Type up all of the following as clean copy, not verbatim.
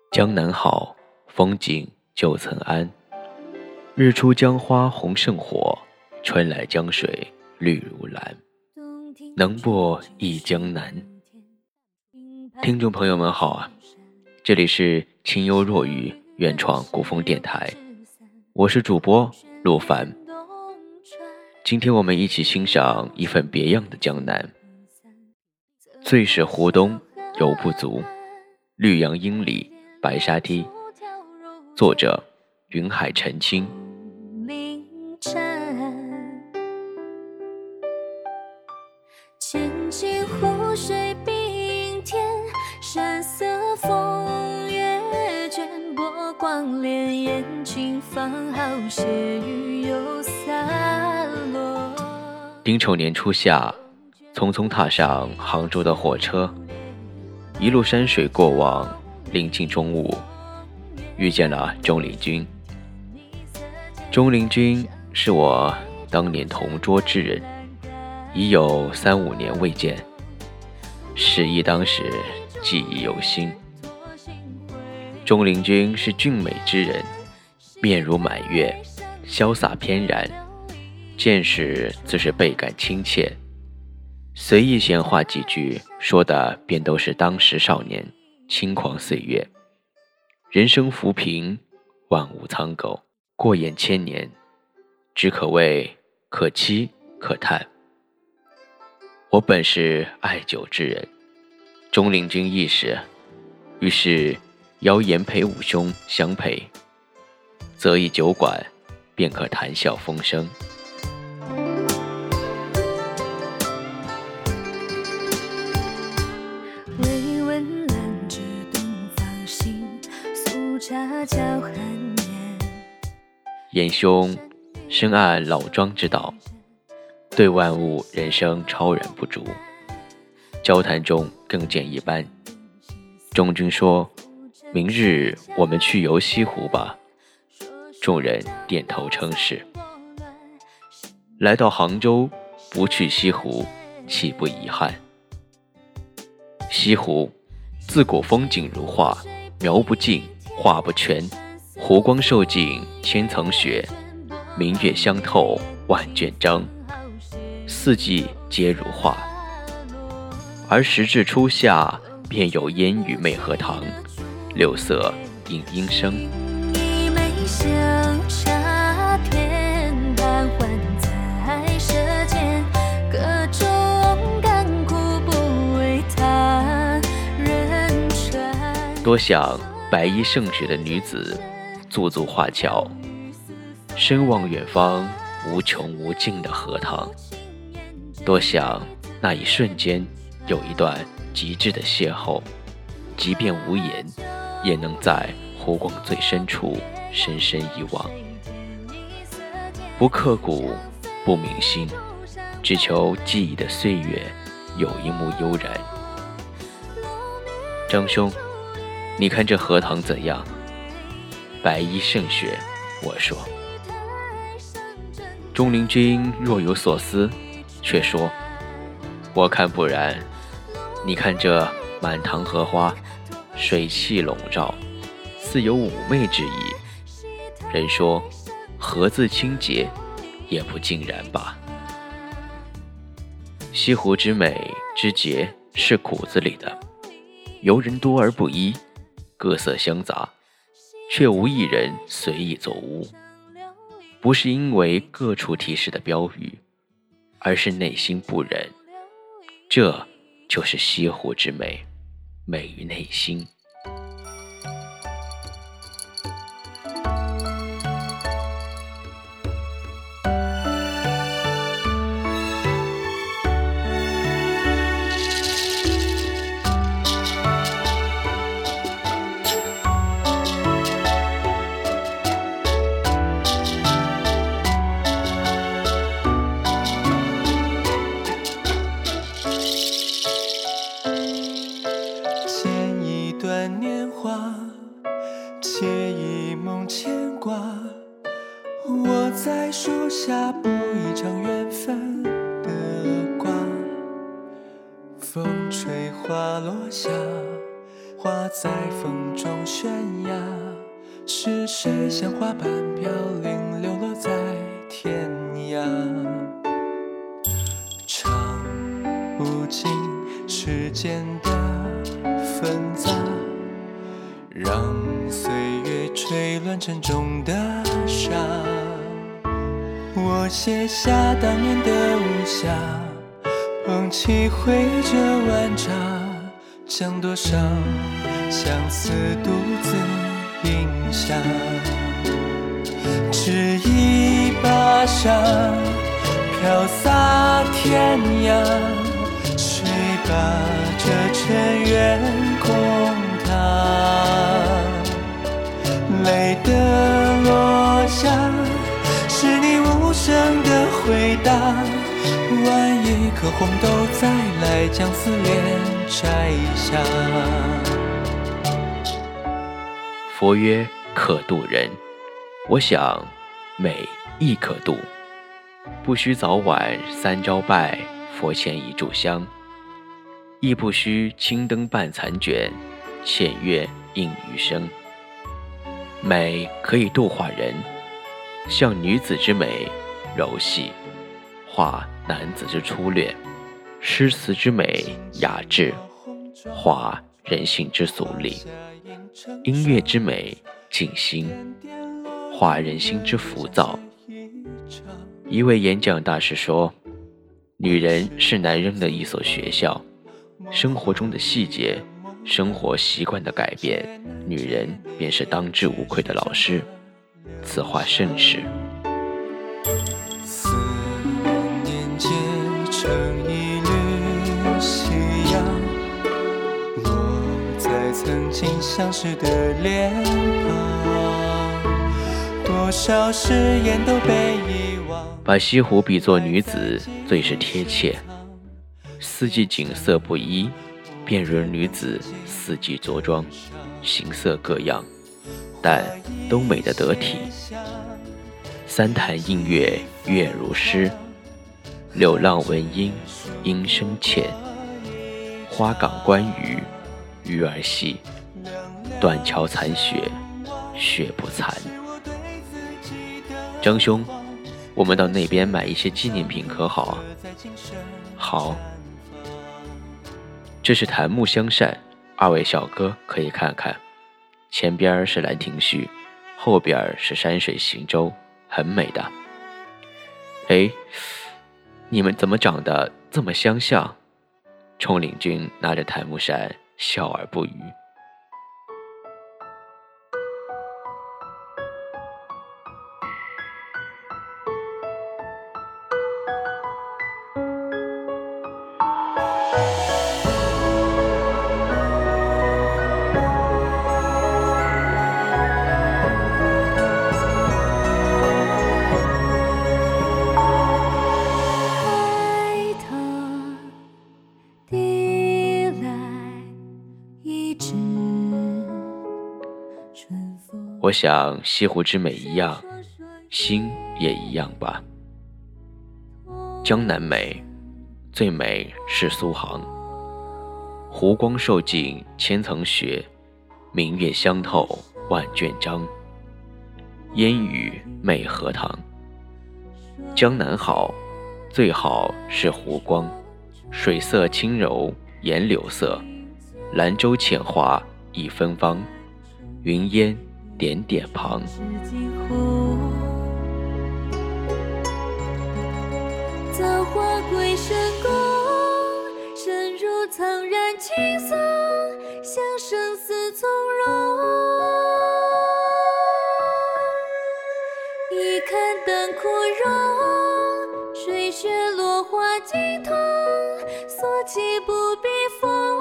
江南好，风景旧曾谙。日出江花红胜火，春来江水绿如蓝。能播忆江南。听众朋友们好啊，这里是清幽若雨原创古风电台，我是主播陆凡。今天我们一起欣赏一份别样的江南。最是湖东游不足，绿杨阴里白沙堤。作者云海澄清。 千顷湖水冰天，山色风月卷，波光潋滟，轻放好些雨又洒落。 丁丑年初夏，匆匆踏上杭州的火车，一路山水过往，临近中午，遇见了钟灵君。钟灵君是我当年同桌之人，已有3-5年未见，时忆当时，记忆犹新。钟灵君是俊美之人，面如满月，潇洒翩然，见时自是倍感亲切，随意闲话几句，说的便都是当时少年轻狂岁月。人生浮萍，万物苍狗，过眼千年，只可谓可期可叹。我本是爱酒之人，钟灵君亦是，于是邀言陪五兄相陪，择一酒馆，便可谈笑风生。 微温揽着东方星，素茶交寒烟。 严兄深谙老庄之道，对万物人生超然不足，交谈中更见一斑。钟君说，明日我们去游西湖吧。众人点头称是。来到杭州，不去西湖，岂不遗憾？西湖自古风景如画，描不尽，画不全，湖光受尽千层雪，明月相透万卷章，四季皆如画。而时至初夏，便有烟雨媚荷塘，六色映莺声。 一眉香茶天盘桓在舌尖，各种甘苦不为他人传。 多想白衣胜雪的女子足足画桥，深望远方无穷无尽的荷塘。多想那一瞬间有一段极致的邂逅，即便无言，也能在湖光最深处深深遗忘。不刻骨，不铭心，只求记忆的岁月有一幕悠然。张兄，你看这荷塘怎样？白衣胜雪，我说。钟灵君若有所思，却说，我看不然。你看这满塘荷花，水汽笼罩，似有妩媚之意。人说荷自清洁，也不尽然吧。西湖之美之洁是骨子里的，游人多而不一，各色相杂，却无一人随意走污。不是因为各处提示的标语，而是内心不忍。这就是西湖之美，美于内心。 借一梦牵挂，我在树下捕一场缘分的瓜。风吹花落下， 花在风中悬崖，是谁像花瓣飘零，流落在天涯。唱不尽世间的纷杂，让岁月吹乱沉重的沙。我写下当年的无暇，捧起绘着万差，将多少相思独自饮下。执一把沙，飘洒天涯，谁把这尘缘空踏？泪的落下，是你无声的回答。挽一颗红豆，再来将思念摘下。 佛曰可度人，我想美亦可度，不须早晚三朝拜，佛前一炷香，亦不须青灯半残卷，浅月映余生。美可以度化人，像女子之美柔细，画男子之粗略；诗词之美雅致，画人性之俗丽；音乐之美静心，画人心之浮躁。一位演讲大师说，女人是男人的一所学校，生活中的细节，生活习惯的改变，女人便是当之无愧的老师。此话甚是。 思念结成一缕夕阳，落在曾经相识的脸庞，多少誓言都被遗忘。 把西湖比作女子最是贴切，四季景色不一，便如女子四季着装，形色各样，但都美得得体。三潭映月月如诗，柳浪闻莺莺声浅，花港观鱼鱼儿戏，断桥残雪雪不残。张兄，我们到那边买一些纪念品可好啊？好，这是檀木香扇，二位小哥可以看看。前边是兰亭序，后边是山水行舟，很美的。哎，你们怎么长得这么相像？冲领军拿着檀木扇笑而不语。我想西湖之美一样，心也一样吧。江南美，最美是苏杭。湖光受尽千层雪，明月相透万卷章。烟雨美荷塘。江南好，最好是湖光，水色轻柔岩柳色，兰舟浅画一芬芳，云烟点点旁。 造化归神宫，深入苍然青松，向生死从容。一看灯枯荣，水雪落花尽痛，所起不必风。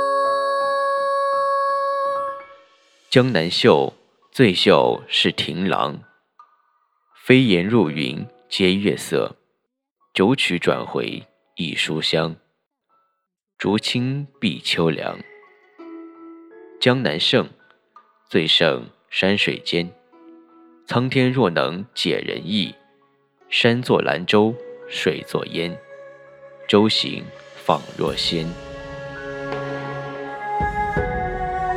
江南秀，最秀是亭廊。飞檐入云皆月色，轴曲转回一书香。竹青碧秋凉。江南胜，最胜山水间。苍天若能解人意，山作兰舟水作烟，舟行仿若仙。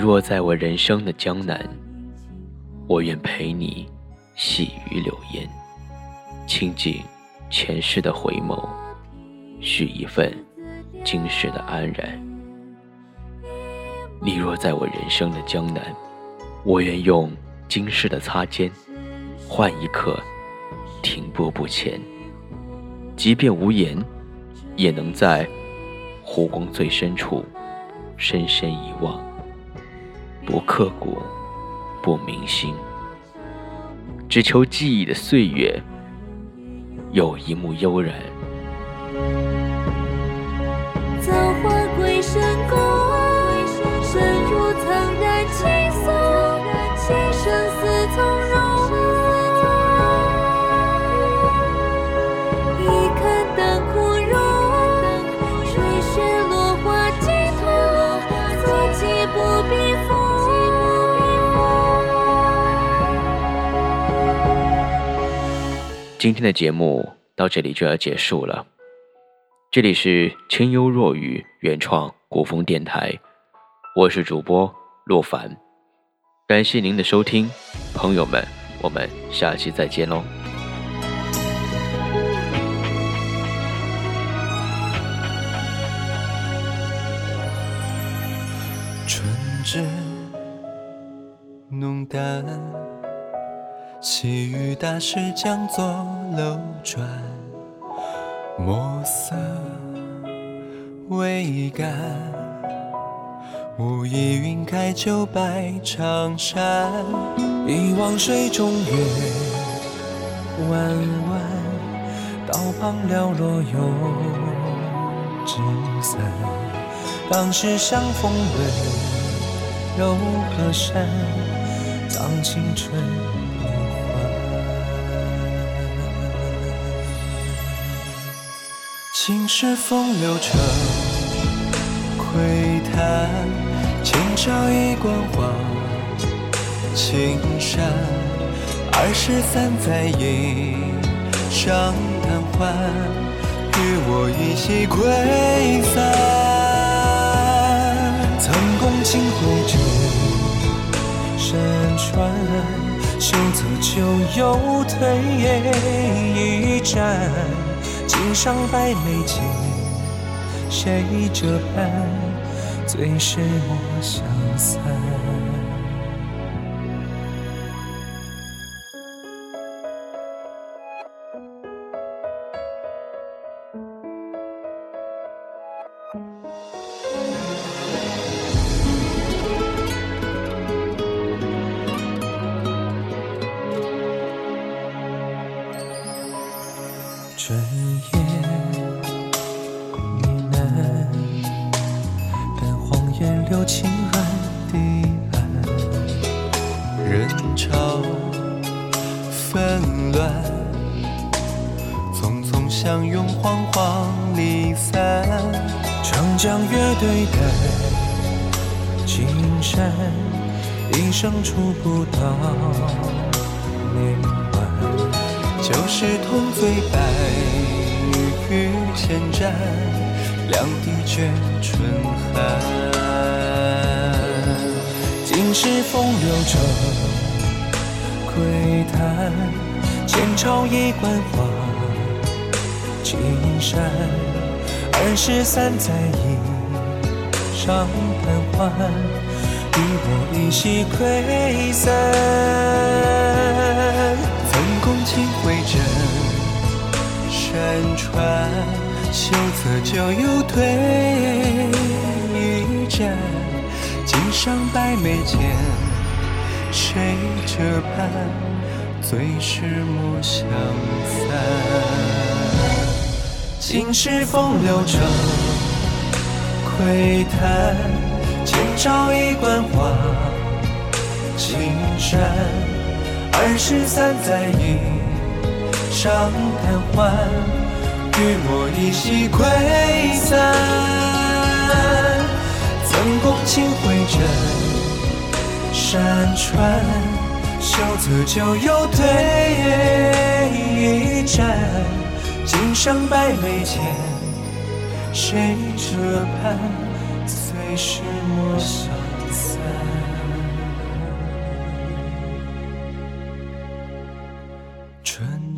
若在我人生的江南，我愿陪你细雨柳烟，倾尽前世的回眸，续一份今世的安然。你若在我人生的江南，我愿用今世的擦肩，换一刻停泊不前，即便无言，也能在湖光最深处深深遗忘，不刻骨，不铭心，只求记忆的岁月有一幕悠然。 造化归深宫，深入苍然青松，心生死从容。一看灯枯荣，水雪落花几痛，所寄不必风。 今天的节目到这里就要结束了。这里是清幽若雨原创古风电台，我是主播洛凡，感谢您的收听，朋友们，我们下期再见喽。 春至浓淡，细雨打湿江左楼转，墨色微干，无意云开旧白长衫。一望水中月弯弯，道旁寥落又纸伞。当时相逢温柔河山，葬青春不还。青石风流成喟叹，今朝一观花青山。23载影上谈欢，与我一夕溃散。曾共清辉至山川，修策就又退一战。今上百媚间，谁这般最是莫相散。春夜呢喃，但荒烟流青岸堤岸，人潮纷乱，匆匆相拥，惶惶离散。长江乐队待青山，一生触不到内湾。旧时同醉白玉千盏，两地卷春寒。今时风流成喟叹，前朝一观花青山。23载影上谈欢，与我一夕溃散。曾共清辉枕山川，修策就又退一战。今上百媚间，谁这般最是莫相散。今时风流成喟叹，前朝一观花青山。23载影上谈欢，与我一夕溃散。曾共清辉枕山川，修策就又退一战。今上百媚间，谁这般最是莫相散。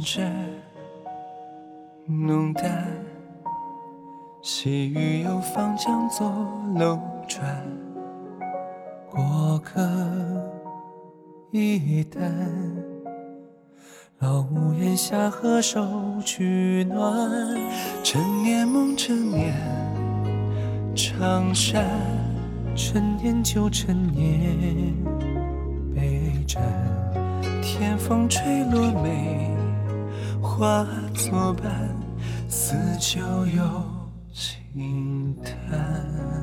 着浓淡，细雨有方向做流转，过客一旦，老屋檐下合手取暖，陈年梦陈年长衫，陈年旧陈年悲枕，天风吹落梅花作伴，似酒又轻叹。